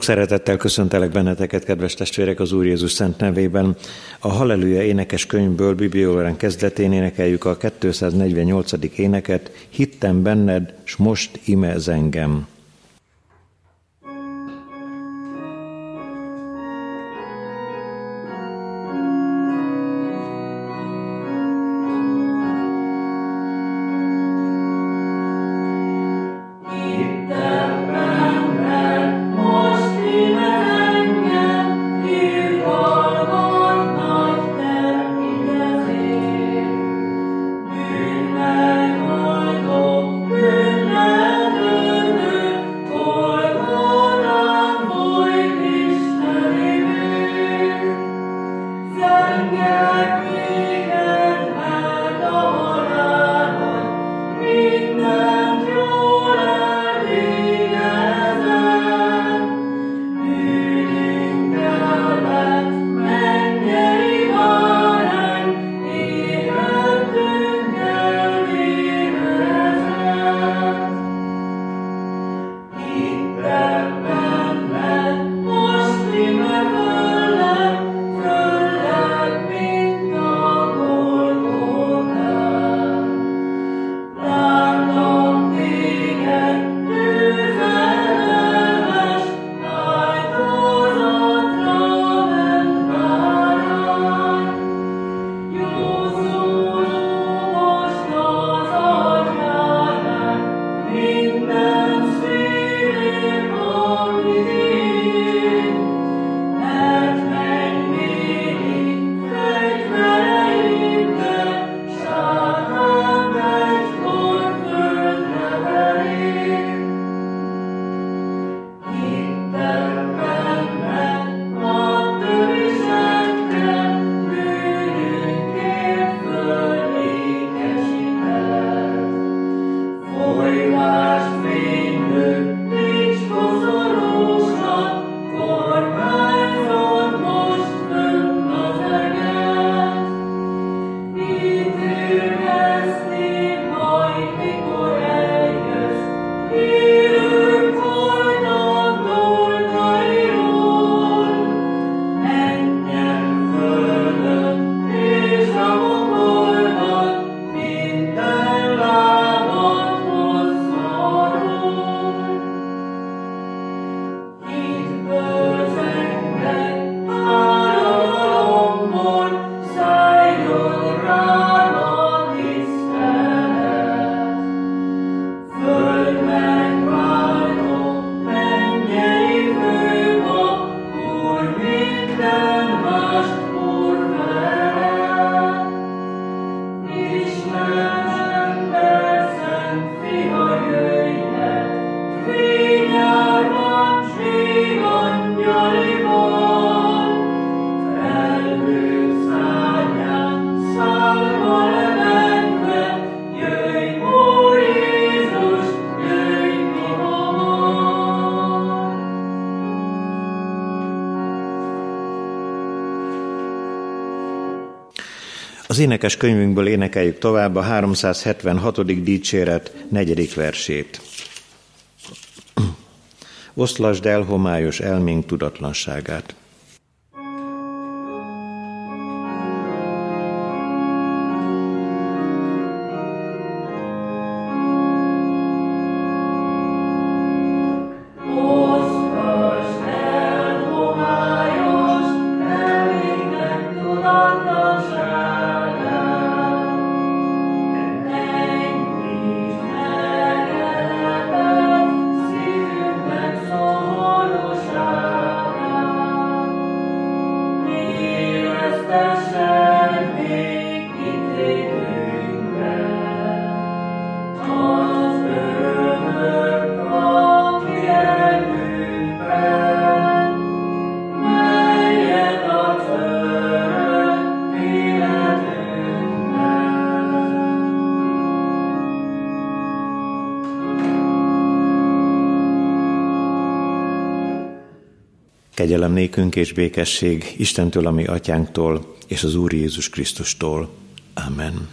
Szeretettel köszöntelek benneteket, kedves testvérek, az Úr Jézus szent nevében. A Halleluja énekes könyvből bibliaórán kezdetén énekeljük a 248. éneket, Hittem benned, s most imez engem. Az énekes könyvünkből énekeljük tovább a 376. dicséret 4. versét. Oszlasd el homályos elménk tudatlanságát. Kegyelem nékünk és békesség Istentől, a mi atyánktól, és az Úr Jézus Krisztustól. Amen.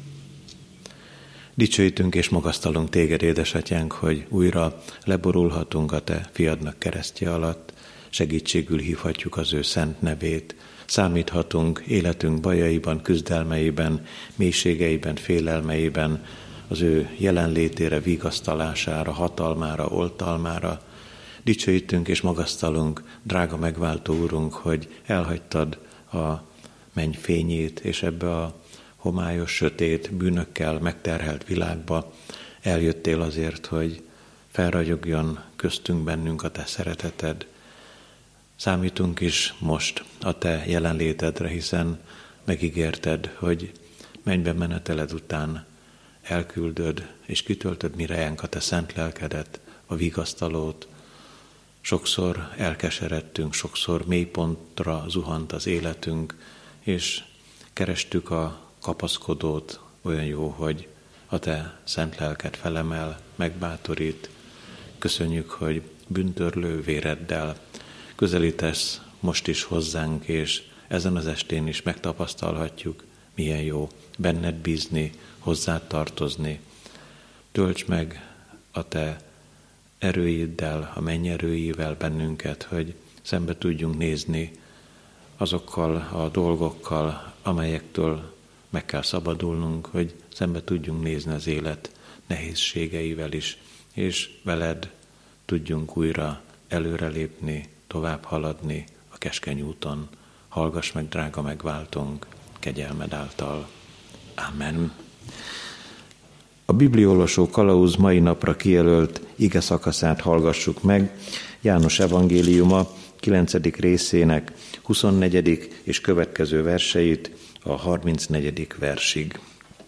Dicsőítünk és magasztalunk téged, édesatyánk, hogy újra leborulhatunk a te fiadnak keresztje alatt, segítségül hívhatjuk az ő szent nevét. Számíthatunk életünk bajaiban, küzdelmeiben, mélységeiben, félelmeiben, az ő jelenlétére, vigasztalására, hatalmára, oltalmára. Dicsőítünk és magasztalunk, drága megváltó Úrunk, hogy elhagytad a menny fényét, és ebbe a homályos, sötét, bűnökkel megterhelt világba eljöttél azért, hogy felragyogjon köztünk bennünk a te szereteted. Számítunk is most a te jelenlétedre, hiszen megígérted, hogy mennybe meneteled után elküldöd és kitöltöd mireánk a te szent lelkedet, a vigasztalót. Sokszor elkeseredtünk, sokszor mélypontra zuhant az életünk, és kerestük a kapaszkodót. Olyan jó, hogy a te szent lelked felemel, megbátorít. Köszönjük, hogy bűntörlő véreddel közelítesz most is hozzánk, és ezen az estén is megtapasztalhatjuk, milyen jó benned bízni, hozzád tartozni. Tölts meg a te erőiddel, a menny erőivel bennünket, hogy szembe tudjunk nézni azokkal a dolgokkal, amelyektől meg kell szabadulnunk, hogy szembe tudjunk nézni az élet nehézségeivel is, és veled tudjunk újra előrelépni, tovább haladni a keskeny úton. Hallgass meg, drága megváltónk, kegyelmed által. Amen. A bibliolvasó kalauz mai napra kijelölt ige szakaszát hallgassuk meg, János evangéliuma 9. részének 24. és következő verseit a 34. versig.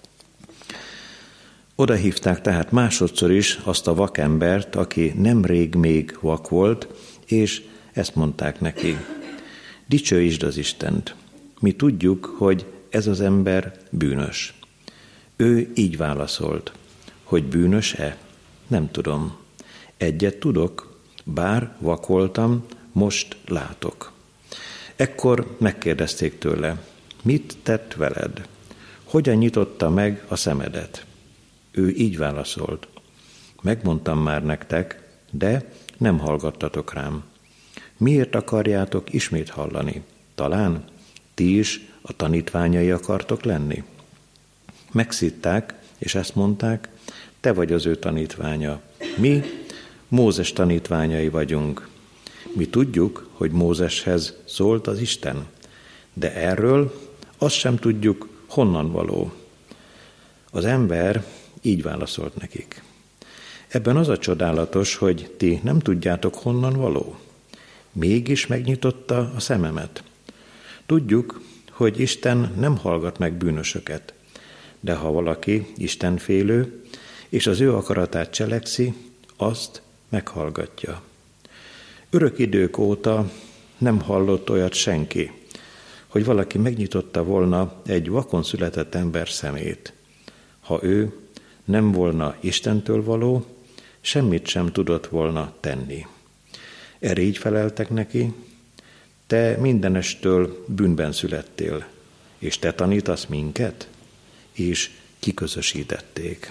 Oda hívták tehát másodszor is azt a vakembert, aki nemrég még vak volt, és ezt mondták neki: dicsőítsd az Istent, mi tudjuk, hogy ez az ember bűnös. Ő így válaszolt: hogy bűnös-e? Nem tudom. Egyet tudok, bár vak voltam, most látok. Ekkor megkérdezték tőle: mit tett veled? Hogyan nyitotta meg a szemedet? Ő így válaszolt: megmondtam már nektek, de nem hallgattatok rám. Miért akarjátok ismét hallani? Talán ti is a tanítványai akartok lenni? Megszitták, és ezt mondták: te vagy az ő tanítványa. Mi Mózes tanítványai vagyunk. Mi tudjuk, hogy Mózeshez szólt az Isten, de erről azt sem tudjuk, honnan való. Az ember így válaszolt nekik: ebben az a csodálatos, hogy ti nem tudjátok, honnan való. Mégis megnyitotta a szememet. Tudjuk, hogy Isten nem hallgat meg bűnösöket, de ha valaki istenfélő, és az ő akaratát cselekszi, azt meghallgatja. Örök idők óta nem hallott olyat senki, hogy valaki megnyitotta volna egy vakon született ember szemét. Ha ő nem volna Istentől való, semmit sem tudott volna tenni. Erre így feleltek neki: te mindenestől bűnben születtél, és te tanítasz minket? És kiközösítették.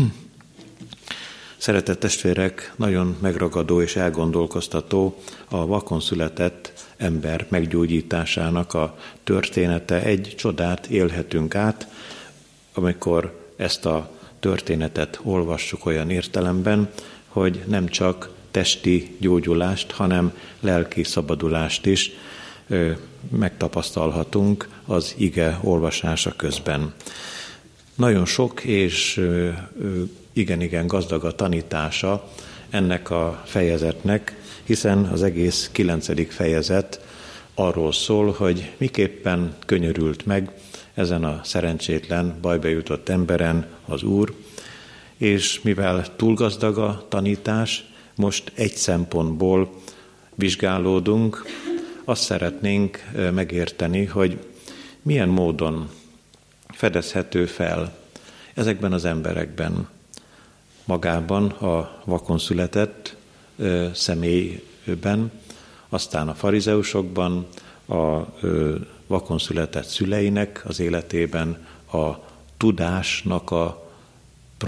Szeretett testvérek, nagyon megragadó és elgondolkoztató a vakon született ember meggyógyításának a története. Egy csodát élhetünk át, amikor ezt a történetet olvassuk olyan értelemben, hogy nem csak testi gyógyulást, hanem lelki szabadulást is megtapasztalhatunk az ige olvasása közben. Nagyon sok és igen gazdag a tanítása ennek a fejezetnek, hiszen az egész 9. fejezet arról szól, hogy miképpen könyörült meg ezen a szerencsétlen, bajba jutott emberen az Úr, és mivel túl gazdag a tanítás, most egy szempontból vizsgálódunk, azt szeretnénk megérteni, hogy milyen módon fedezhető fel ezekben az emberekben, magában a vakon született személyben, aztán a farizeusokban, a vakon született szüleinek az életében a tudásnak a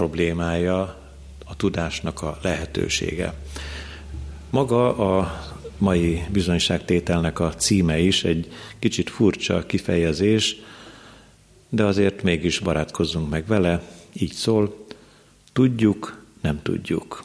problémája, a tudásnak a lehetősége. Maga a mai bizonyságtételnek a címe is egy kicsit furcsa kifejezés, de azért mégis barátkozzunk meg vele, így szól: tudjuk, nem tudjuk.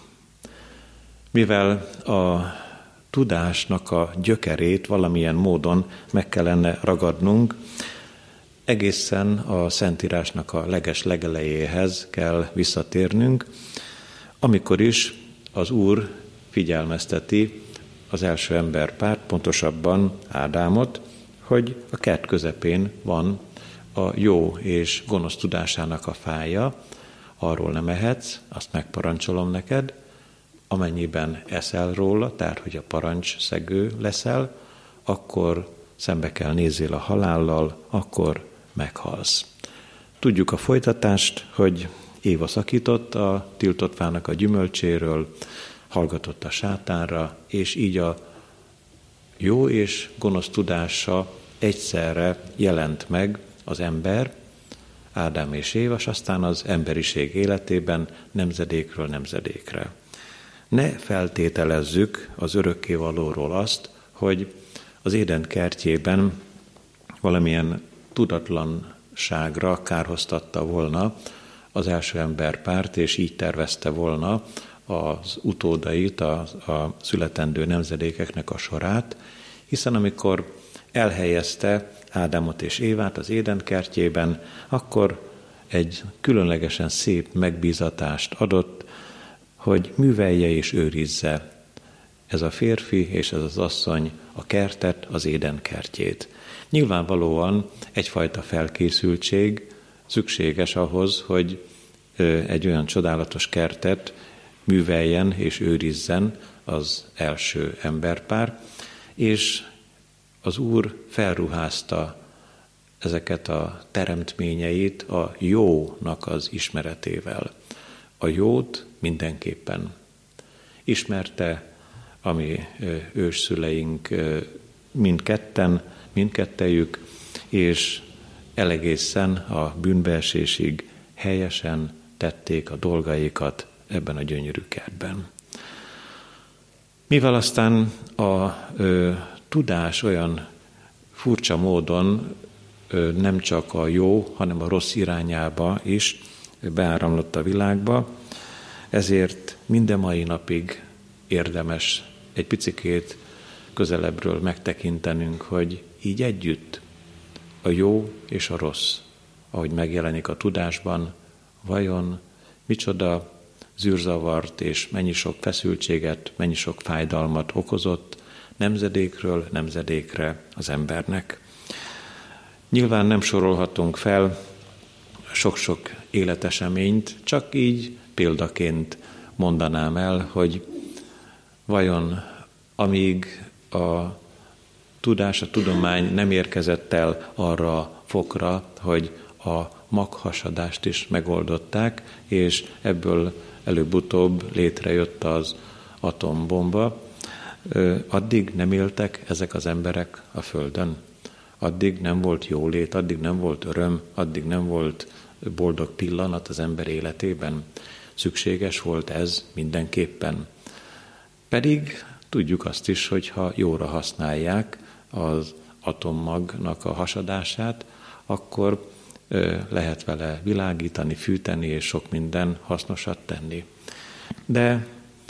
Mivel a tudásnak a gyökerét valamilyen módon meg kellene ragadnunk, egészen a Szentírásnak a legelejéhez kell visszatérnünk, amikor is az Úr figyelmezteti az első emberpárt, pontosabban Ádámot, hogy a kert közepén van a jó és gonosz tudásának a fája, arról nem ehetsz, azt megparancsolom neked, amennyiben eszel róla, tehát hogy a parancsszegő leszel, akkor szembe kell nézzél a halállal, akkor meghalsz. Tudjuk a folytatást, hogy Éva szakított a tiltott fának a gyümölcséről, hallgatott a sátánra, és így a jó és gonosz tudása egyszerre jelent meg az ember, Ádám és Éva, és aztán az emberiség életében nemzedékről nemzedékre. Ne feltételezzük az örökkévalóról azt, hogy az Éden kertjében valamilyen tudatlanságra kárhoztatta volna az első emberpárt, és így tervezte volna az utódait, a születendő nemzedékeknek a sorát, hiszen amikor elhelyezte Ádámot és Évát az Éden kertjében, akkor egy különlegesen szép megbízatást adott, hogy művelje és őrizze ez a férfi és ez az asszony a kertet, az Éden kertjét. Nyilvánvalóan egyfajta felkészültség szükséges ahhoz, hogy egy olyan csodálatos kertet műveljen és őrizzen az első emberpár, és az Úr felruházta ezeket a teremtményeit a jónak az ismeretével. A jót mindenképpen ismerte a mi ősszüleink mindkettejük, és elegészen a bűnbeesésig helyesen tették a dolgaikat ebben a gyönyörű kertben. Mivel aztán a tudás olyan furcsa módon nem csak a jó, hanem a rossz irányába is beáramlott a világba, ezért minden mai napig érdemes egy picikét közelebbről megtekintenünk, hogy így együtt a jó és a rossz, ahogy megjelenik a tudásban, vajon micsoda zűrzavart és mennyi sok feszültséget, mennyi sok fájdalmat okozott nemzedékről nemzedékre az embernek. Nyilván nem sorolhatunk fel sok-sok életeseményt, csak így példaként mondanám el, hogy vajon amíg a tudás, a tudomány nem érkezett el arra a fokra, hogy a maghasadást is megoldották, és ebből előbb-utóbb létrejött az atombomba, addig nem éltek ezek az emberek a Földön. Addig nem volt jólét, addig nem volt öröm, addig nem volt boldog pillanat az ember életében. Szükséges volt ez mindenképpen. Pedig tudjuk azt is, hogy ha jóra használják az atommagnak a hasadását, akkor lehet vele világítani, fűteni és sok minden hasznosat tenni. De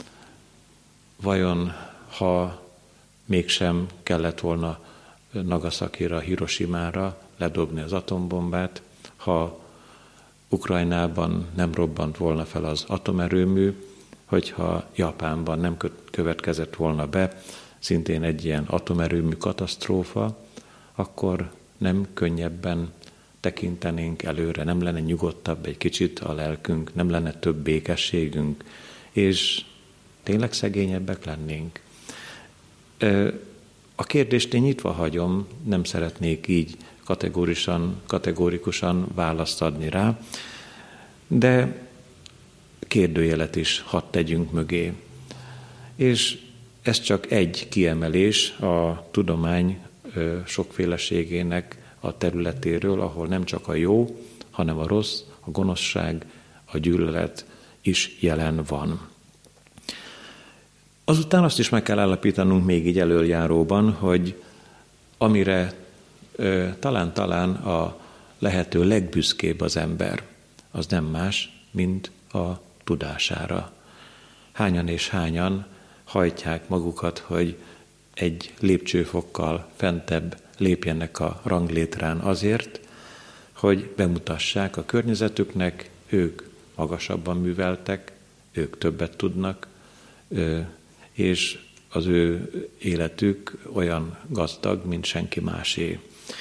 vajon, ha mégsem kellett volna Nagasakira, Hirosimára ledobni az atombombát, ha Ukrajnában nem robbant volna fel az atomerőmű, hogyha Japánban nem következett volna be szintén egy ilyen atomerőmű katasztrófa, akkor nem könnyebben tekintenénk előre, nem lenne nyugodtabb egy kicsit a lelkünk, nem lenne több békességünk, és tényleg szegényebbek lennénk. A kérdést én nyitva hagyom, nem szeretnék így kategórikusan választ adni rá, de kérdőjelet is hadd tegyünk mögé. És ez csak egy kiemelés a tudomány sokféleségének a területéről, ahol nem csak a jó, hanem a rossz, a gonoszság, a gyűlölet is jelen van. Azután azt is meg kell állapítanunk még így elöljáróban, hogy amire talán a lehető legbüszkébb az ember, az nem más, mint a tudására. Hányan és hányan hajtják magukat, hogy egy lépcsőfokkal fentebb lépjenek a ranglétrán azért, hogy bemutassák a környezetüknek, ők magasabban műveltek, ők többet tudnak, és az ő életük olyan gazdag, mint senki másé.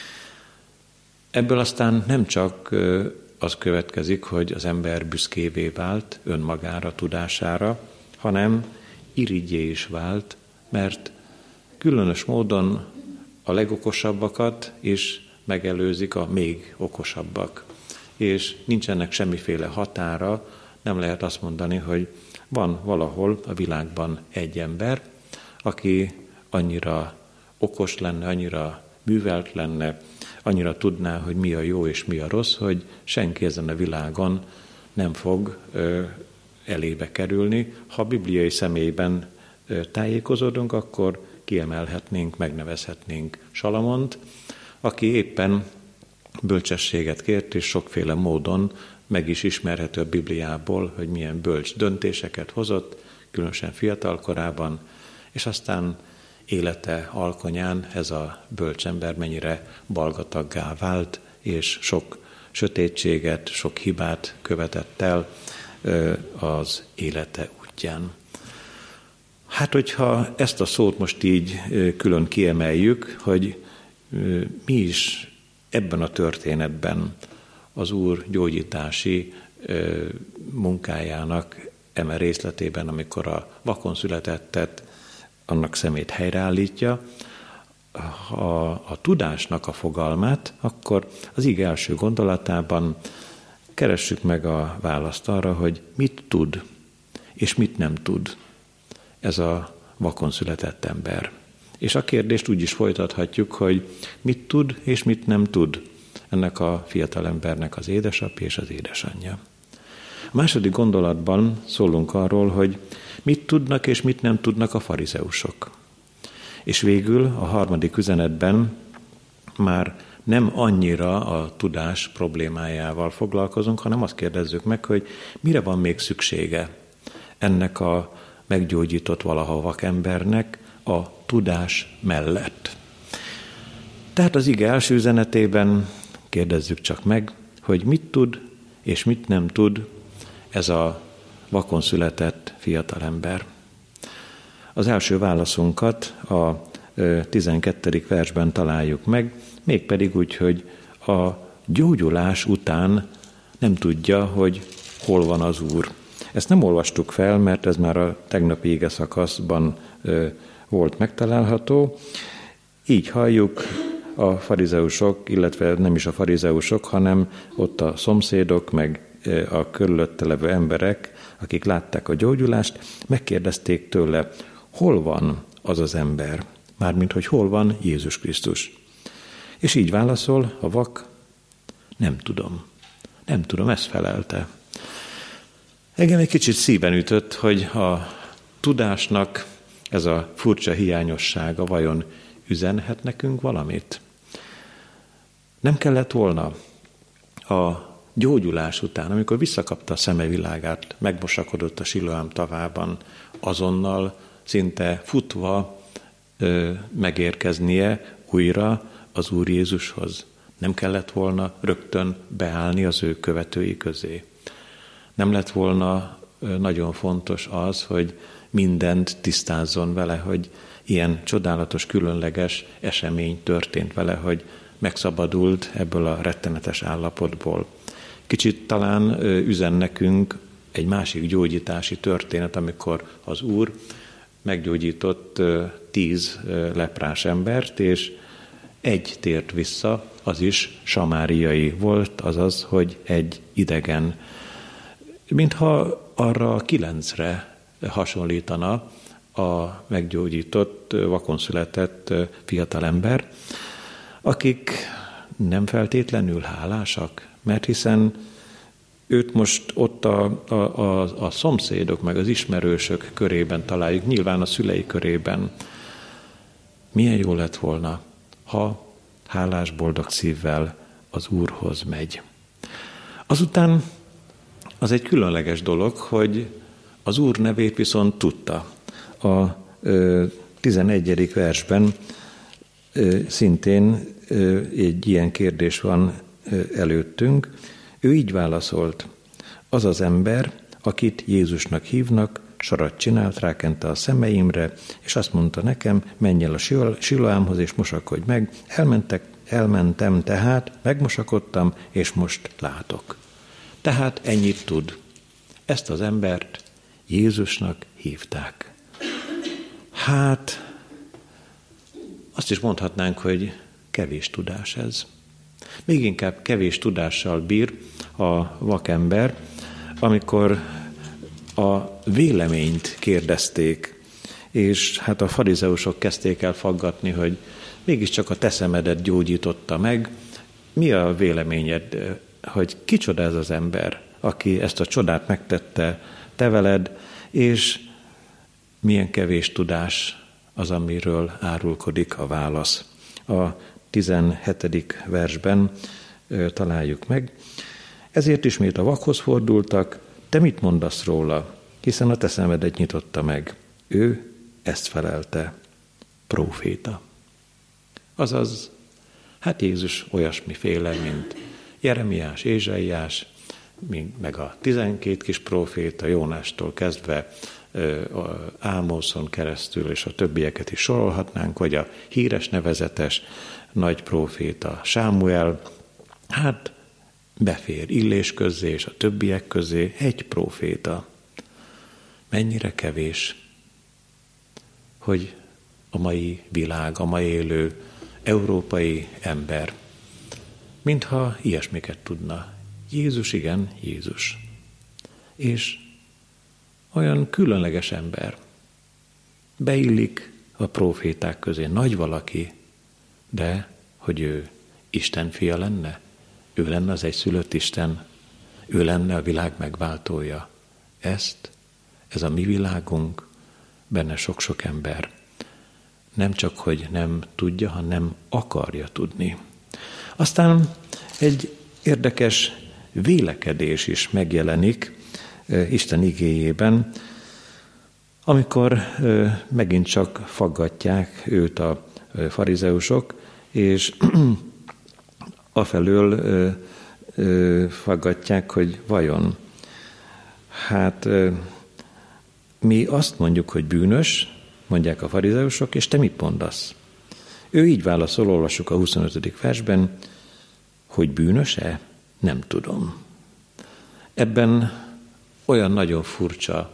Ebből aztán nem csak az következik, hogy az ember büszkévé vált önmagára, tudására, hanem irigyé is vált, mert különös módon a legokosabbakat is megelőzik a még okosabbak. És nincsenek semmiféle határa, nem lehet azt mondani, hogy van valahol a világban egy ember, aki annyira okos lenne, annyira művelt lenne, annyira tudná, hogy mi a jó és mi a rossz, hogy senki ezen a világon nem fog elébe kerülni. Ha bibliai személyben tájékozódunk, akkor kiemelhetnénk, megnevezhetnénk Salamont, aki éppen bölcsességet kért, és sokféle módon meg is ismerhető a Bibliából, hogy milyen bölcs döntéseket hozott, különösen fiatal korában, és aztán élete alkonyán ez a bölcsember mennyire balgataggá vált, és sok sötétséget, sok hibát követett el az élete útján. Hát, hogyha ezt a szót most így külön kiemeljük, hogy mi is ebben a történetben az Úr gyógyítási munkájának eme részletében, amikor a vakon születettet, annak szemét helyreállítja, a tudásnak a fogalmát, akkor az ige első gondolatában keressük meg a választ arra, hogy mit tud, és mit nem tud ez a vakon született ember. És a kérdést úgy is folytathatjuk, hogy mit tud, és mit nem tud ennek a fiatal embernek az édesapja és az édesanyja. A második gondolatban szólunk arról, hogy mit tudnak és mit nem tudnak a farizeusok. És végül a harmadik üzenetben már nem annyira a tudás problémájával foglalkozunk, hanem azt kérdezzük meg, hogy mire van még szüksége ennek a meggyógyított valaha vakembernek a tudás mellett. Tehát az ige első üzenetében kérdezzük csak meg, hogy mit tud és mit nem tud ez a vakon született fiatalember. Az első válaszunkat a 12. versben találjuk meg, mégpedig úgy, hogy a gyógyulás után nem tudja, hogy hol van az Úr. Ezt nem olvastuk fel, mert ez már a tegnapi ige szakaszban volt megtalálható. Így halljuk, a farizeusok, illetve nem is a farizeusok, hanem ott a szomszédok, meg a körülötte levő emberek, akik látták a gyógyulást, megkérdezték tőle, hol van az az ember? Mármint, hogy hol van Jézus Krisztus. És így válaszol a vak, nem tudom. Nem tudom, ezt felelte. Engem egy kicsit szíven ütött, hogy a tudásnak ez a furcsa hiányossága vajon üzenhet nekünk valamit? Nem kellett volna a gyógyulás után, amikor visszakapta a szeme világát, megmosakodott a Siloám tavában, azonnal szinte futva megérkeznie újra az Úr Jézushoz. Nem kellett volna rögtön beállni az ő követői közé. Nem lett volna nagyon fontos az, hogy mindent tisztázzon vele, hogy ilyen csodálatos, különleges esemény történt vele, hogy megszabadult ebből a rettenetes állapotból. Kicsit talán üzen nekünk egy másik gyógyítási történet, amikor az Úr meggyógyított 10 leprás embert, és egy tért vissza, az is samáriai volt, azaz, hogy egy idegen. Mintha arra 9-re hasonlítana a meggyógyított, vakon született fiatalember, akik nem feltétlenül hálásak, mert hiszen őt most ott a szomszédok, meg az ismerősök körében találjuk, nyilván a szülei körében. Milyen jó lett volna, ha hálás, boldog szívvel az Úrhoz megy. Azután az egy különleges dolog, hogy az Úr nevét viszont tudta. A 11. versben szintén egy ilyen kérdés van előttünk. Ő így válaszolt: az az ember, akit Jézusnak hívnak, sarat csinált, rákente a szemeimre, és azt mondta nekem, menj el a Siloámhoz, és mosakodj meg. Elmentem tehát, megmosakodtam, és most látok. Tehát ennyit tud. Ezt az embert Jézusnak hívták. Hát, azt is mondhatnánk, hogy kevés tudás ez. Még inkább kevés tudással bír a vakember, amikor a véleményt kérdezték, és hát a farizeusok kezdték el faggatni, hogy mégiscsak a te szemedet gyógyította meg. Mi a véleményed, hogy kicsoda ez az ember, aki ezt a csodát megtette te veled, és milyen kevés tudás az, amiről árulkodik a válasz. A 17. versben találjuk meg. Ezért ismét a vakhoz fordultak, te mit mondasz róla, hiszen a te szemedet nyitotta meg. Ő ezt felelte: próféta. Azaz, hát Jézus olyasmiféle, mint Jeremiás, Ézsaiás, meg a 12 kis próféta, Jónástól kezdve Ámoszon keresztül, és a többieket is sorolhatnánk, vagy a híres nevezetes nagy próféta Sámuel, hát befér Illés közé és a többiek közé egy próféta. Mennyire kevés, hogy a mai világ, a mai élő európai ember, mintha ilyesmiket tudna. Jézus, igen, Jézus. És olyan különleges ember. Beillik a próféták közé, nagy valaki, de hogy ő Isten fia lenne, ő lenne az egyszülött Isten, ő lenne a világ megváltója. Ez a mi világunk, benne sok-sok ember nem csak, hogy nem tudja, hanem akarja tudni. Aztán egy érdekes vélekedés is megjelenik Isten igéjében, amikor megint csak faggatják őt a farizeusok, és afelől faggatják, hogy vajon. Hát mi azt mondjuk, hogy bűnös, mondják a farizeusok, és te mit mondasz? Ő így válaszol, olvassuk a 25. versben, hogy bűnös-e? Nem tudom. Ebben olyan nagyon furcsa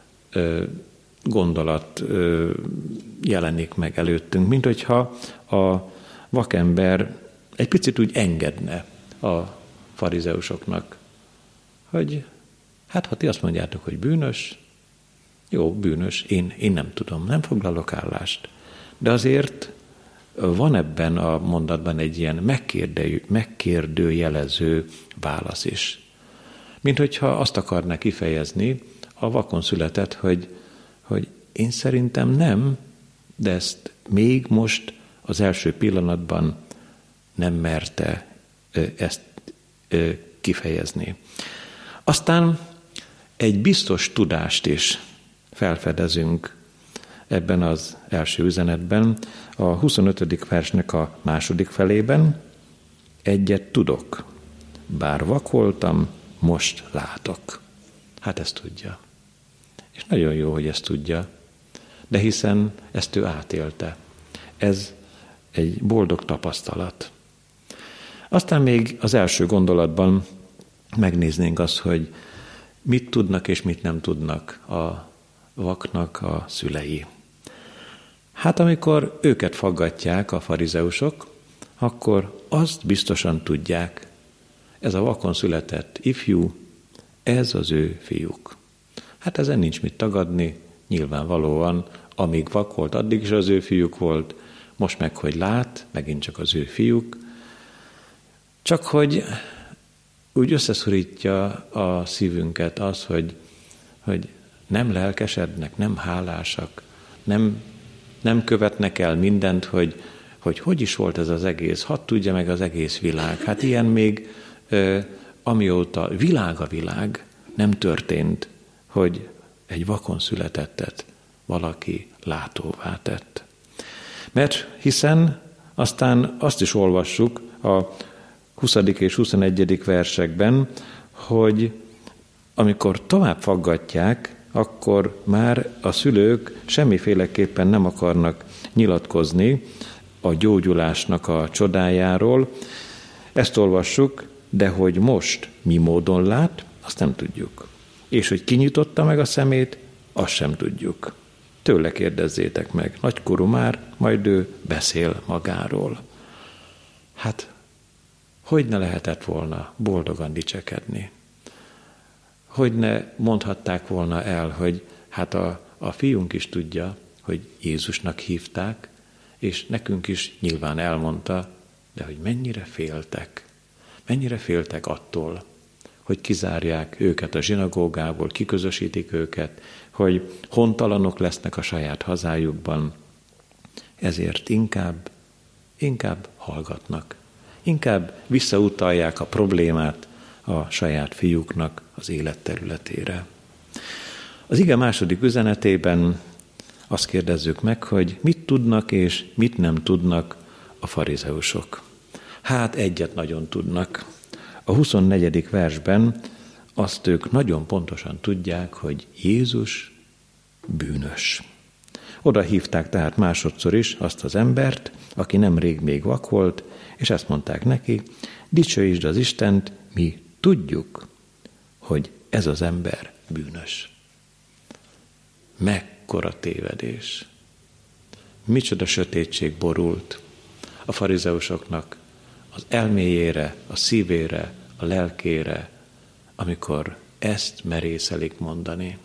gondolat jelenik meg előttünk, mint hogyha a vakember egy picit úgy engedne a farizeusoknak, hogy hát ha ti azt mondjátok, hogy bűnös, jó, bűnös, én nem tudom, nem foglalok állást. De azért van ebben a mondatban egy ilyen megkérdőjelező válasz is. Mint hogyha azt akarná kifejezni a vakon született, hogy én szerintem nem, de ezt még most az első pillanatban nem merte ezt kifejezni. Aztán egy biztos tudást is felfedezünk ebben az első üzenetben, a 25. versnek a második felében. Egyet tudok, bár vak voltam, most látok. Hát ezt tudja. És nagyon jó, hogy ezt tudja, de hiszen ezt ő átélte. Ez egy boldog tapasztalat. Aztán még az első gondolatban megnéznénk azt, hogy mit tudnak és mit nem tudnak a vaknak a szülei. Hát amikor őket faggatják a farizeusok, akkor azt biztosan tudják, ez a vakon született ifjú, ez az ő fiúk. Hát ezen nincs mit tagadni, nyilvánvalóan, amíg vak volt, addig is az ő fiúk volt, most meg, hogy lát, megint csak az ő fiúk. Csak hogy úgy összeszorítja a szívünket az, hogy nem lelkesednek, nem hálásak, nem követnek el mindent, hogy is volt ez az egész, hadd tudja meg az egész világ. Hát ilyen még amióta világ, nem történt, hogy egy vakon születettet valaki látóvá tett. Mert hiszen aztán azt is olvassuk a 20. és 21. versekben, hogy amikor tovább faggatják, akkor már a szülők semmiféleképpen nem akarnak nyilatkozni a gyógyulásnak a csodájáról. Ezt olvassuk, de hogy most mi módon lát, azt nem tudjuk. És hogy kinyitotta meg a szemét, azt sem tudjuk. Tőle kérdezzétek meg, nagykorú már, majd ő beszél magáról. Hát, hogy ne lehetett volna boldogan dicsekedni? Hogy ne mondhatták volna el, hogy hát a fiunk is tudja, hogy Jézusnak hívták, és nekünk is nyilván elmondta, de hogy mennyire féltek attól, hogy kizárják őket a zsinagógából, kiközösítik őket, hogy hontalanok lesznek a saját hazájukban. Ezért inkább hallgatnak. Inkább visszautalják a problémát a saját fiúknak az életterületére. Az ige második üzenetében azt kérdezzük meg, hogy mit tudnak és mit nem tudnak a farizeusok. Hát egyet nagyon tudnak. A 24. versben azt ők nagyon pontosan tudják, hogy Jézus bűnös. Oda hívták tehát másodszor is azt az embert, aki nemrég még vak volt, és ezt mondták neki, dicsőítsd az Istent, mi tudjuk, hogy ez az ember bűnös. Mekkora tévedés! Micsoda sötétség borult a farizeusoknak az elméjére, a szívére, a lelkére, amikor ezt merészelik mondani.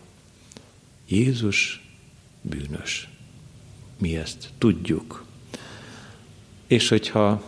Jézus bűnös. Mi ezt tudjuk. És hogyha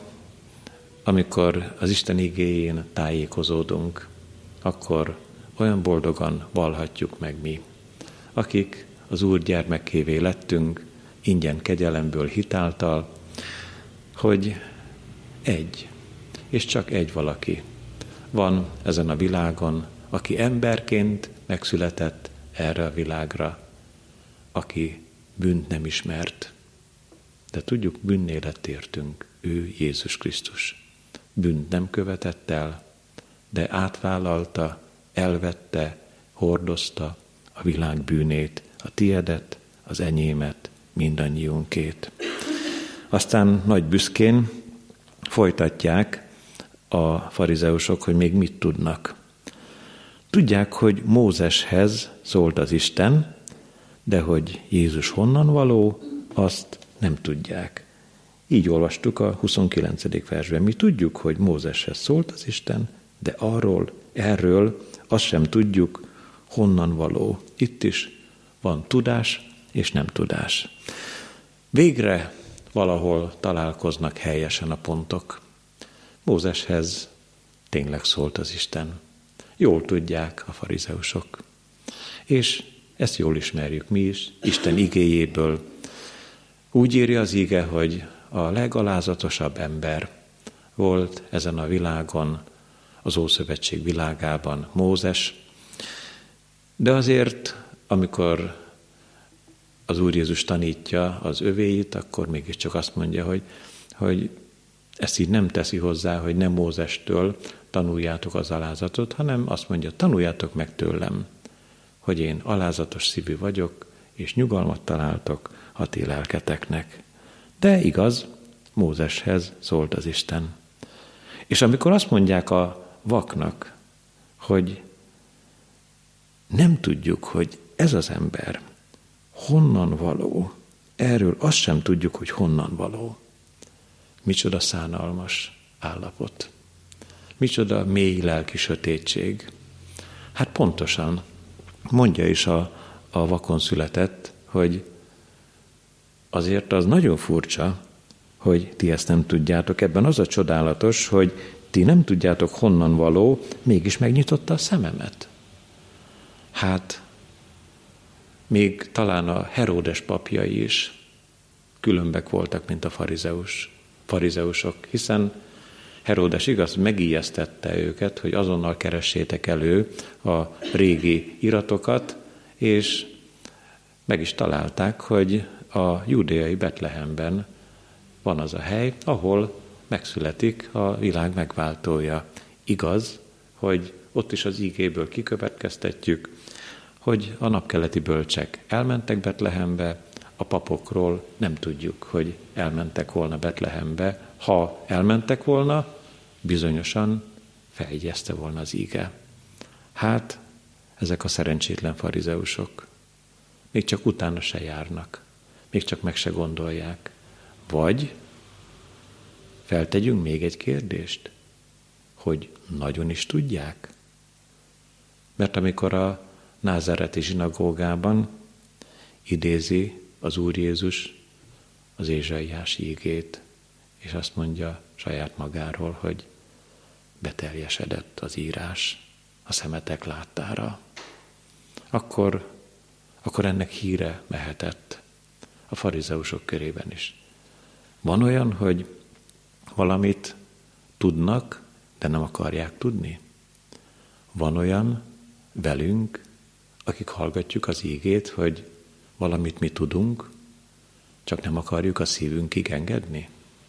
amikor az Isten igéjén tájékozódunk, akkor olyan boldogan vallhatjuk meg mi, akik az Úr gyermekévé lettünk, ingyen kegyelemből hitáltal, hogy egy, és csak egy valaki van ezen a világon, aki emberként megszületett erre a világra, aki bűnt nem ismert. De tudjuk, bűnné lett értünk, ő Jézus Krisztus. Bűnt nem követett el, de átvállalta, elvette, hordozta a világ bűnét, a tiedet, az enyémet, mindannyiunkét. Aztán nagy büszkén folytatják a farizeusok, hogy még mit tudnak. Tudják, hogy Mózeshez szólt az Isten, de hogy Jézus honnan való, azt nem tudják. Így olvastuk a 29. versben. Mi tudjuk, hogy Mózeshez szólt az Isten, de erről azt sem tudjuk, honnan való. Itt is van tudás és nem tudás. Végre valahol találkoznak helyesen a pontok. Mózeshez tényleg szólt az Isten. Jól tudják a farizeusok. És ezt jól ismerjük mi is, Isten igéjéből. Úgy írja az ige, hogy a legalázatosabb ember volt ezen a világon, az Ószövetség világában Mózes. De azért, amikor az Úr Jézus tanítja az övéit, akkor mégiscsak azt mondja, hogy ezt így nem teszi hozzá, hogy nem Mózestől tanuljátok az alázatot, hanem azt mondja, tanuljátok meg tőlem, hogy én alázatos szívű vagyok, és nyugalmat találtok a ti lelketeknek. De igaz, Mózeshez szólt az Isten. És amikor azt mondják a vaknak, hogy nem tudjuk, hogy ez az ember honnan való, erről azt sem tudjuk, hogy honnan való. Micsoda szánalmas állapot. Micsoda mély lelki sötétség. Hát pontosan mondja is a vakon született, hogy azért az nagyon furcsa, hogy ti ezt nem tudjátok. Ebben az a csodálatos, hogy ti nem tudjátok honnan való, mégis megnyitotta a szememet. Hát, még talán a Heródes papjai is különbek voltak, mint a farizeusok, hiszen Heródes igaz, megijesztette őket, hogy azonnal keressétek elő a régi iratokat, és meg is találták, hogy a júdeai Betlehemben van az a hely, ahol megszületik a világ megváltója. Igaz, hogy ott is az ígéből kikövetkeztetjük, hogy a napkeleti bölcsek elmentek Betlehembe, a papokról nem tudjuk, hogy elmentek volna Betlehembe. Ha elmentek volna, bizonyosan feljegyezte volna az íge. Hát, ezek a szerencsétlen farizeusok még csak utána se járnak, még csak meg se gondolják. Vagy feltegyünk még egy kérdést, hogy nagyon is tudják? Mert amikor a názáreti zsinagógában idézi az Úr Jézus az Ézsaiás ígét, és azt mondja saját magáról, hogy beteljesedett az írás a szemetek láttára, akkor ennek híre mehetett a farizeusok körében is. Van olyan, hogy valamit tudnak, de nem akarják tudni? Van olyan velünk, akik hallgatjuk az ígét, hogy valamit mi tudunk, csak nem akarjuk a szívünkig engedni?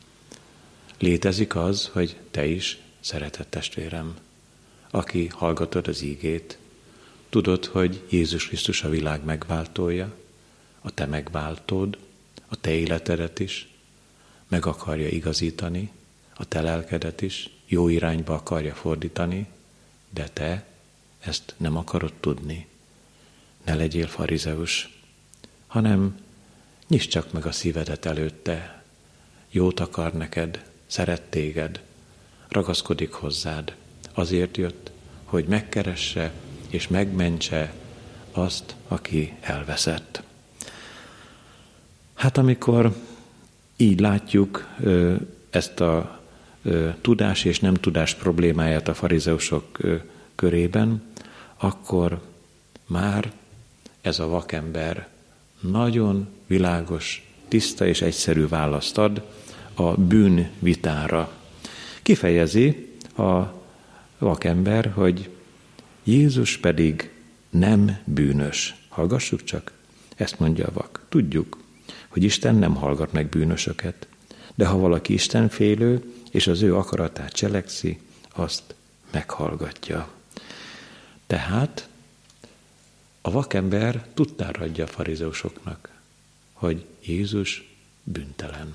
Létezik az, hogy te is, szeretett testvérem, aki hallgatod az ígét, tudod, hogy Jézus Krisztus a világ megváltója, a te megváltód, a te életedet is meg akarja igazítani, a te lelkedet is jó irányba akarja fordítani, de te ezt nem akarod tudni. Ne legyél farizeus, hanem nyisd csak meg a szívedet előtte. Jót akar neked, szeret téged, ragaszkodik hozzád. Azért jött, hogy megkeresse és megmentse azt, aki elveszett. Hát amikor így látjuk ezt a tudás és nem tudás problémáját a farizeusok körében, akkor már ez a vakember nagyon világos, tiszta és egyszerű választ ad a bűn vitára. Kifejezi a vakember, hogy Jézus pedig nem bűnös. Hallgassuk csak, ezt mondja a vak. Tudjuk, hogy Isten nem hallgat meg bűnösöket, de ha valaki istenfélő, és az ő akaratát cselekszi, azt meghallgatja. Tehát a vakember tudtára adja a farizeusoknak, hogy Jézus bűntelen.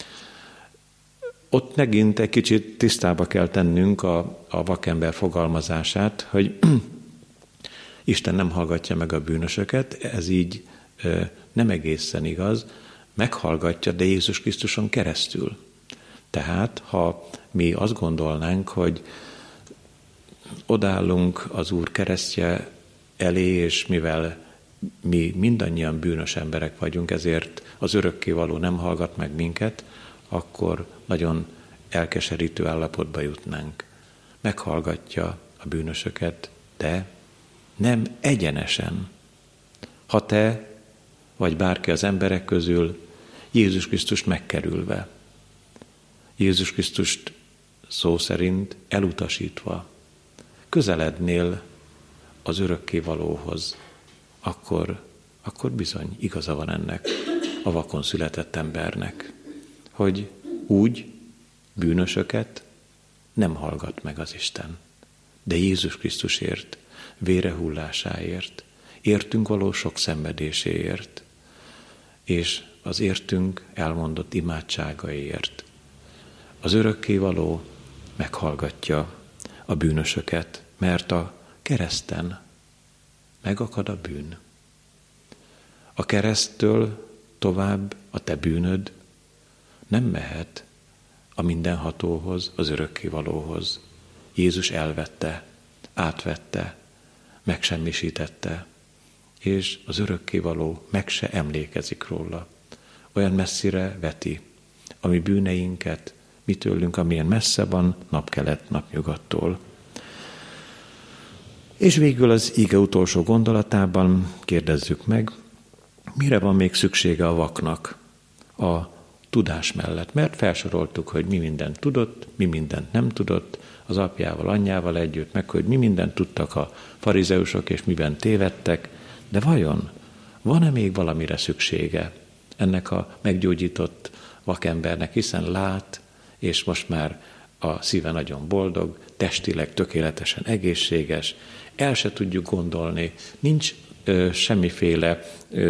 Ott megint egy kicsit tisztába kell tennünk a vakember fogalmazását, hogy Isten nem hallgatja meg a bűnösöket, ez így nem egészen igaz, meghallgatja, de Jézus Krisztuson keresztül. Tehát, ha mi azt gondolnánk, hogy odállunk az Úr keresztje elé, és mivel mi mindannyian bűnös emberek vagyunk, ezért az örökkévaló nem hallgat meg minket, akkor nagyon elkeserítő állapotba jutnánk. Meghallgatja a bűnösöket, de nem egyenesen. Ha te vagy bárki az emberek közül Jézus Krisztust megkerülve, Jézus Krisztust szó szerint elutasítva közelednél az örökkévalóhoz, akkor bizony igaza van ennek a vakon született embernek, hogy úgy bűnösöket nem hallgat meg az Isten. De Jézus Krisztusért, vérehullásáért, értünk való sok szenvedéséért, és az értünk elmondott imádságaiért. Az örökkévaló meghallgatja a bűnösöket, mert a kereszten megakad a bűn. A kereszttől tovább a te bűnöd nem mehet a mindenhatóhoz, az örökkévalóhoz. Jézus elvette, átvette, megsemmisítette, és az örökkévaló meg se emlékezik róla. Olyan messzire veti a mi bűneinket, mi tőlünk, amilyen messze van napkelet napnyugattól. És végül az ige utolsó gondolatában kérdezzük meg, mire van még szüksége a vaknak a tudás mellett. Mert felsoroltuk, hogy mi mindent tudott, mi mindent nem tudott, az apjával, anyjával együtt, meg hogy mi mindent tudtak a farizeusok, és miben tévedtek, de vajon van-e még valamire szüksége ennek a meggyógyított vakembernek, hiszen lát, és most már a szíve nagyon boldog, testileg tökéletesen egészséges, el se tudjuk gondolni, nincs semmiféle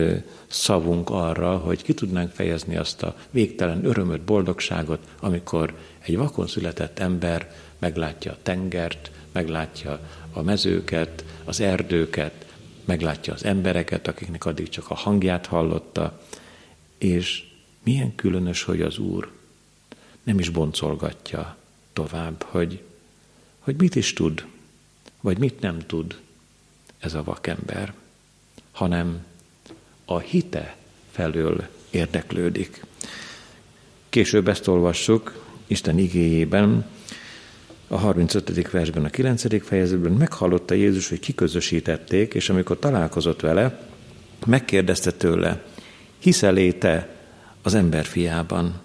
szavunk arra, hogy ki tudnánk fejezni azt a végtelen örömöt, boldogságot, amikor egy vakon született ember meglátja a tengert, meglátja a mezőket, az erdőket, meglátja az embereket, akiknek addig csak a hangját hallotta, és milyen különös, hogy az Úr nem is boncolgatja tovább, hogy mit is tud, vagy mit nem tud ez a vakember, hanem a hite felől érdeklődik. Később ezt olvassuk Isten igéjében, a 35. versben, a 9. fejezetben meghallotta Jézus, hogy kiközösítették, és amikor találkozott vele, megkérdezte tőle, hiszel-e te az ember fiában?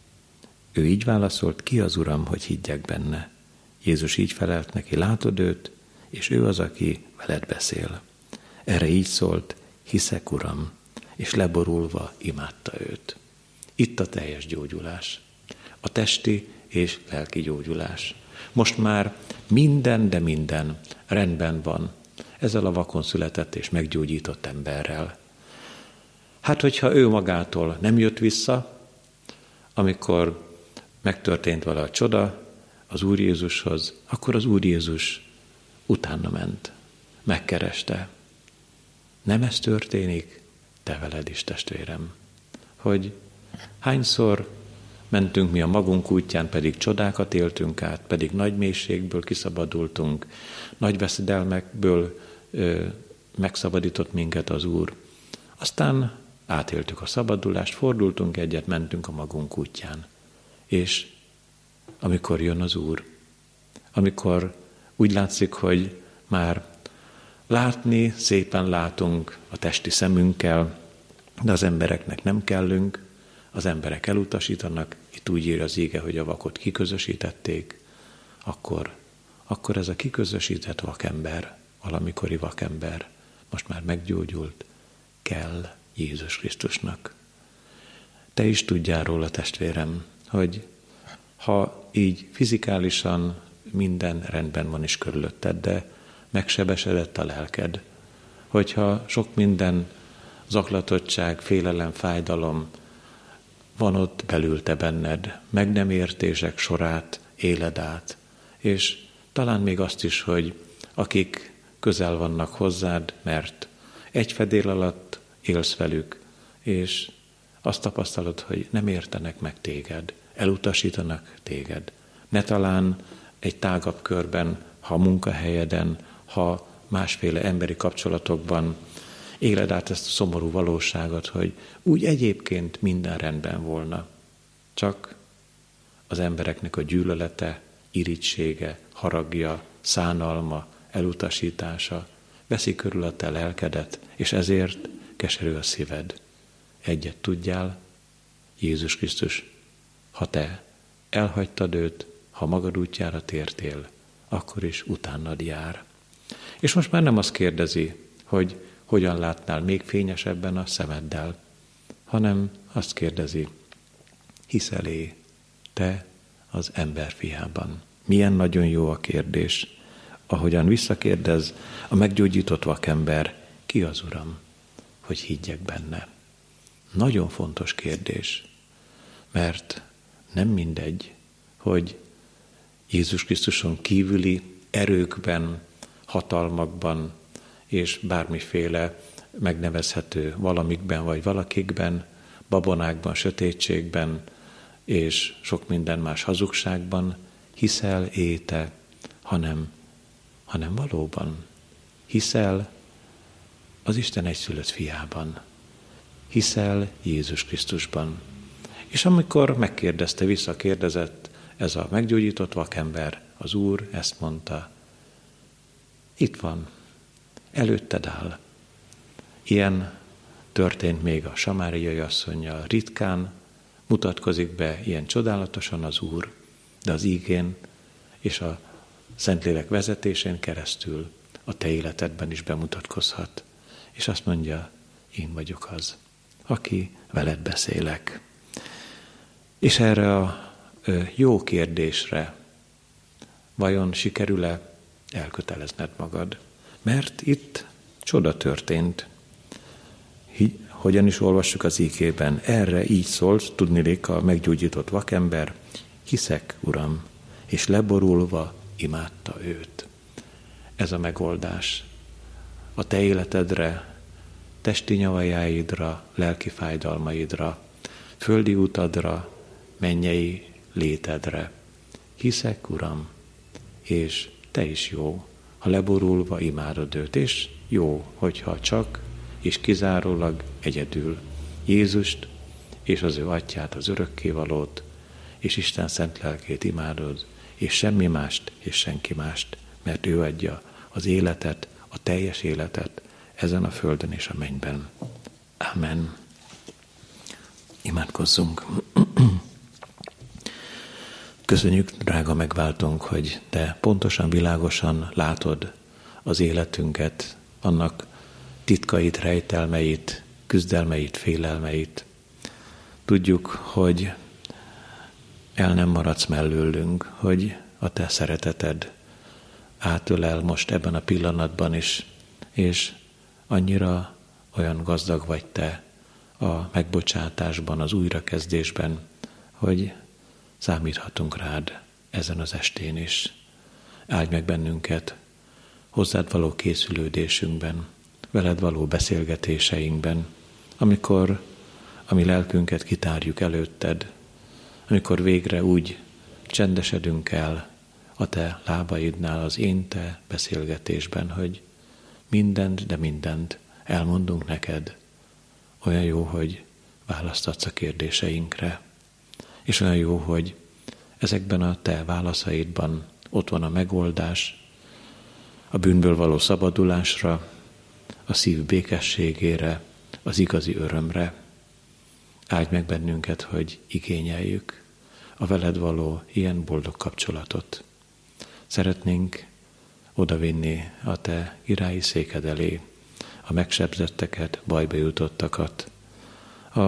Ő így válaszolt, ki az Uram, hogy higgyek benne? Jézus így felelt neki, látod őt, és ő az, aki veled beszél. Erre így szólt, hiszek, Uram, és leborulva imádta őt. Itt a teljes gyógyulás, a testi és lelki gyógyulás. Most már minden, de minden rendben van ezzel a vakon született és meggyógyított emberrel. Hát, hogyha ő magától nem jött vissza, amikor megtörtént vele a csoda az Úr Jézushoz, akkor az Úr Jézus utána ment, megkereste. Nem ez történik, te veled is, testvérem, hogy hányszor mentünk mi a magunk útján, pedig csodákat éltünk át, pedig nagy mélységből kiszabadultunk, nagy veszedelmekből megszabadított minket az Úr. Aztán átéltük a szabadulást, fordultunk egyet, mentünk a magunk útján. És amikor jön az Úr, amikor úgy látszik, hogy már látni szépen látunk a testi szemünkkel, de az embereknek nem kellünk, az emberek elutasítanak, itt úgy írja az íge, hogy a vakot kiközösítették, akkor ez a kiközösített vakember, valamikori vakember, most már meggyógyult, kell Jézus Krisztusnak. Te is tudjál róla, testvérem, hogy ha így fizikálisan minden rendben van is körülötted, de megsebesedett a lelked, hogyha sok minden zaklatottság, félelem, fájdalom van ott belül te benned, meg nem értések sorát éled át, és talán még azt is, hogy akik közel vannak hozzád, mert egy fedél alatt élsz velük, és azt tapasztalod, hogy nem értenek meg téged, elutasítanak téged. Ne talán egy tágabb körben, ha a munkahelyeden, ha másféle emberi kapcsolatokban éled át ezt a szomorú valóságot, hogy úgy egyébként minden rendben volna. Csak az embereknek a gyűlölete, irítsége, haragja, szánalma, elutasítása veszi körül a te lelkedet, és ezért keserű a szíved. Egyet tudjál, Jézus Krisztus, ha te elhagytad őt, ha magad útjára tértél, akkor is utánad jár. És most már nem azt kérdezi, hogy hogyan látnál még fényesebben a szemeddel, hanem azt kérdezi, hiszel-e te az ember fiában? Milyen nagyon jó a kérdés, ahogyan visszakérdez a meggyógyított vakember, ki az Uram, hogy higgyek benne. Nagyon fontos kérdés, mert nem mindegy, hogy Jézus Krisztuson kívüli erőkben, hatalmakban és bármiféle megnevezhető valamikben vagy valakikben, babonákban, sötétségben és sok minden más hazugságban hiszel te, hanem valóban hiszel az Isten egyszülött fiában, hiszel Jézus Krisztusban. És amikor megkérdezte, visszakérdezett ez a meggyógyított vakember, az Úr ezt mondta, itt van, előtted áll. Ilyen történt még a samáriai asszonnyal. Ritkán mutatkozik be ilyen csodálatosan az Úr, de az ígén és a Szentlélek vezetésén keresztül a te életedben is bemutatkozhat. És azt mondja, én vagyok az, aki veled beszélek. És erre a jó kérdésre vajon sikerül-e elkötelezned magad? Mert itt csoda történt. Hogyan is olvassuk az ígében? Erre így szólt, tudniillik a meggyógyított vakember, hiszek, Uram, és leborulva imádta őt. Ez a megoldás. A te életedre, testi nyavajáidra, lelki fájdalmaidra, földi utadra, mennyei létedre. Hiszek, Uram, és te is jó, ha leborulva imádod őt, és jó, hogyha csak és kizárólag egyedül Jézust és az ő atyát, az örökkévalót, és Isten szent lelkét imádod, és semmi mást, és senki mást, mert ő adja az életet, a teljes életet ezen a földön és a mennyben. Amen. Imádkozzunk. Köszönjük, drága megváltónk, hogy te pontosan, világosan látod az életünket, annak titkait, rejtelmeit, küzdelmeit, félelmeit. Tudjuk, hogy el nem maradsz mellőlünk, hogy a te szereteted átölel most ebben a pillanatban is, és annyira olyan gazdag vagy te a megbocsátásban, az újrakezdésben, hogy számíthatunk rád ezen az estén is. Áldj meg bennünket hozzád való készülődésünkben, veled való beszélgetéseinkben, amikor a mi lelkünket kitárjuk előtted, amikor végre úgy csendesedünk el a te lábaidnál, az én-te beszélgetésben, hogy mindent, de mindent elmondunk neked. Olyan jó, hogy választatsz a kérdéseinkre, és olyan jó, hogy ezekben a te válaszaidban ott van a megoldás, a bűnből való szabadulásra, a szív békességére, az igazi örömre. Áldj meg bennünket, hogy igényeljük a veled való ilyen boldog kapcsolatot. Szeretnénk odavinni a te királyi széked elé a megsebzetteket, bajba jutottakat, a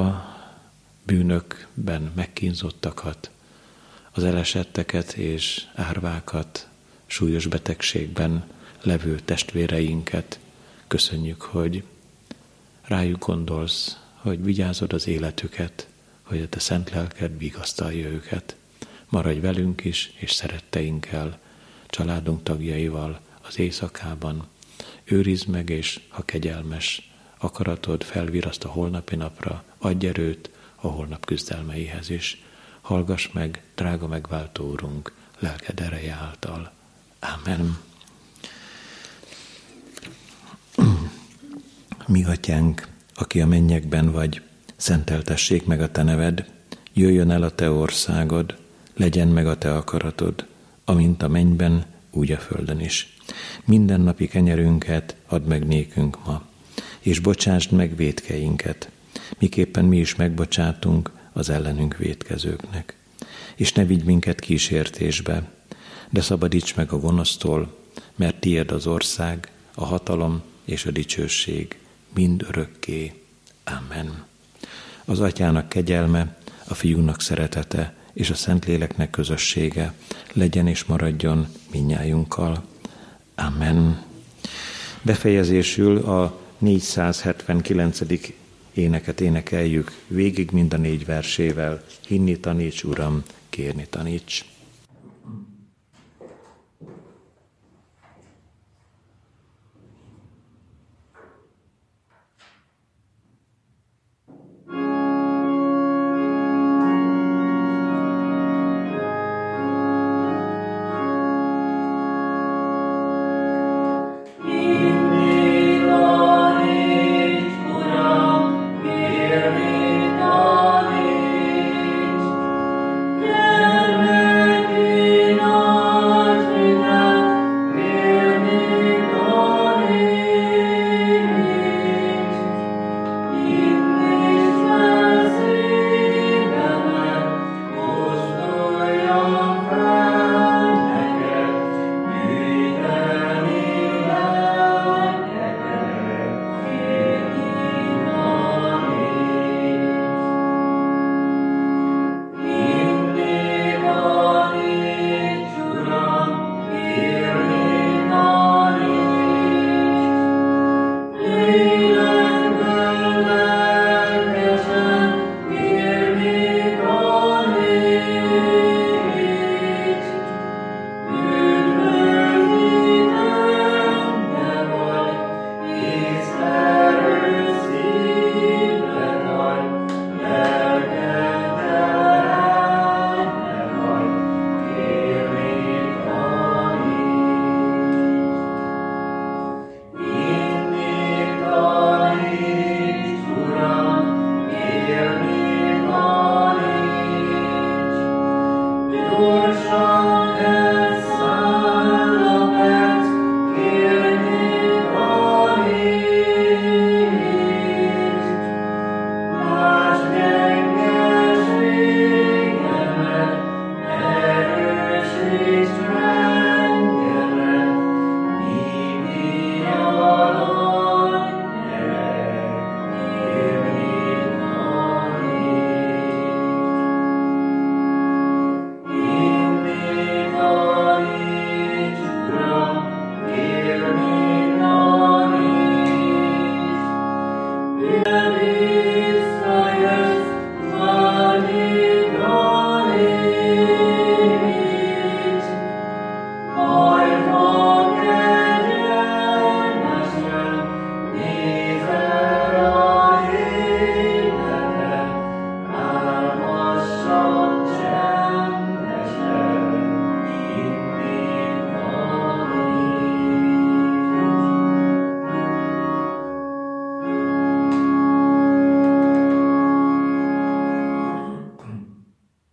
bűnökben megkínzottakat, az elesetteket és árvákat, súlyos betegségben levő testvéreinket. Köszönjük, hogy rájuk gondolsz, hogy vigyázod az életüket, hogy a te szent lelked vigasztalja őket. Maradj velünk is, és szeretteinkkel, családunk tagjaival az éjszakában. Őrizd meg, és ha kegyelmes akaratod, felviraszt a holnapi napra, adj erőt a holnap küzdelmeihez is. Hallgass meg, drága megváltó Úrunk, lelked ereje által. Amen. Mi atyánk, aki a mennyekben vagy, szenteltessék meg a te neved, jöjjön el a te országod, legyen meg a te akaratod, amint a mennyben, úgy a földön is. Mindennapi kenyerünket add meg nékünk ma, és bocsásd meg vétkeinket, miképpen mi is megbocsátunk az ellenünk vétkezőknek. És ne vigy minket kísértésbe, de szabadíts meg a gonosztól, mert tiéd az ország, a hatalom és a dicsőség mind örökké. Amen. Az Atyának kegyelme, a Fiúnak szeretete és a Szentléleknek közössége legyen és maradjon mindnyájunkkal. Amen. Befejezésül a 479. éneket énekeljük végig mind a 4 versével. Hinni taníts, Uram, kérni taníts.